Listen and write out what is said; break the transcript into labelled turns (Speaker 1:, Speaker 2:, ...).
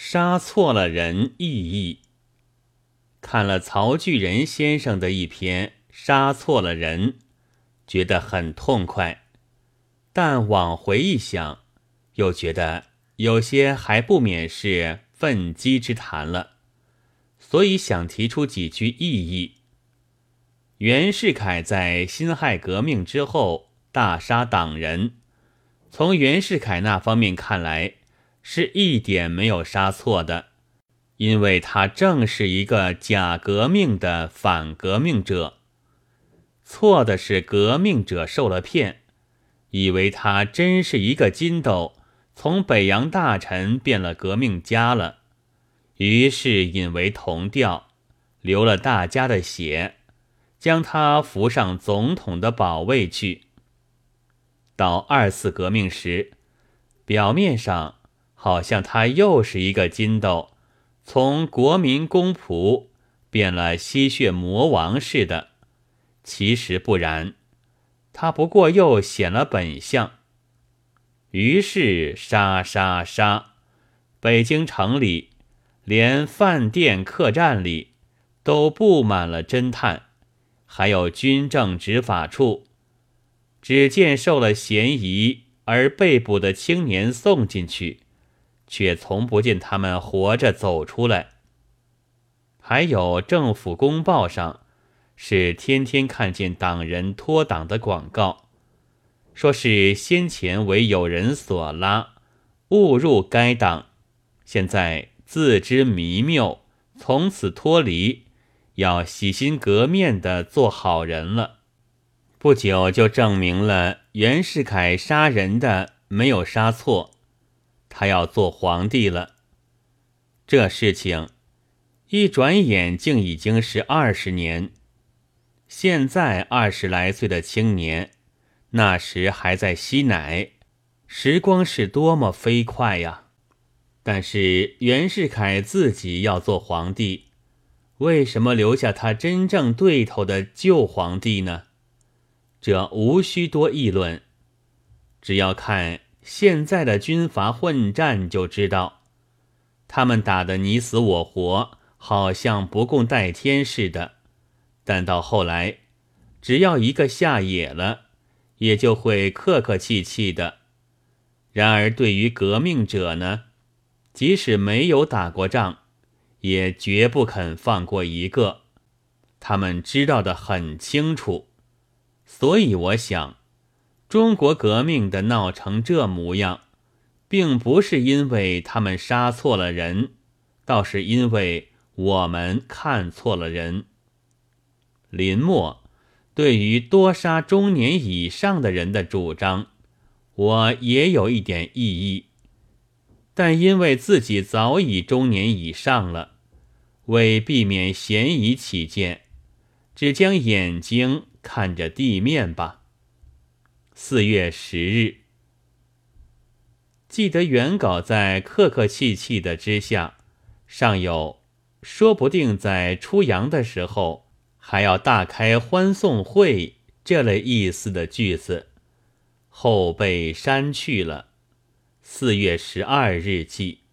Speaker 1: 杀错了人意义。看了曹巨人先生的一篇《杀错了人》，觉得很痛快，但往回一想，又觉得有些还不免是愤激之谈了，所以想提出几句异议。袁世凯在辛亥革命之后大杀党人，从袁世凯那方面看来，是一点没有杀错的，因为他正是一个假革命的反革命者。错的是革命者受了骗，以为他真是一个筋斗，从北洋大臣变了革命家了，于是引为同调，流了大家的血，将他扶上总统的宝位去。到二次革命时，表面上好像他又是一个筋斗，从国民公仆变了吸血魔王似的，其实不然，他不过又显了本相。于是杀杀杀，北京城里连饭店客栈里都布满了侦探，还有军政执法处，只见受了嫌疑而被捕的青年送进去，却从不见他们活着走出来。还有政府公报上是天天看见党人脱党的广告，说是先前为有人所拉，误入该党，现在自知迷谬，从此脱离，要洗心革面地做好人了。不久就证明了袁世凯杀人的没有杀错，他要做皇帝了。这事情一转眼竟已经是20年，现在20来岁的青年，那时还在吸奶，时光是多么飞快呀！但是袁世凯自己要做皇帝，为什么留下他真正对头的旧皇帝呢？这无需多议论，只要看现在的军阀混战就知道，他们打得你死我活，好像不共戴天似的，但到后来，只要一个下野了，也就会客客气气的。然而对于革命者呢，即使没有打过仗，也绝不肯放过一个，他们知道得很清楚。所以我想，中国革命的闹成这模样，并不是因为他们杀错了人，倒是因为我们看错了人。林默对于多杀中年以上的人的主张，我也有一点异议，但因为自己早已中年以上了，为避免嫌疑起见，只将眼睛看着地面吧。4月10日，记得原稿在客客气气的之下，上有说不定在出洋的时候还要大开欢送会这类意思的句子，后被删去了。4月12日记。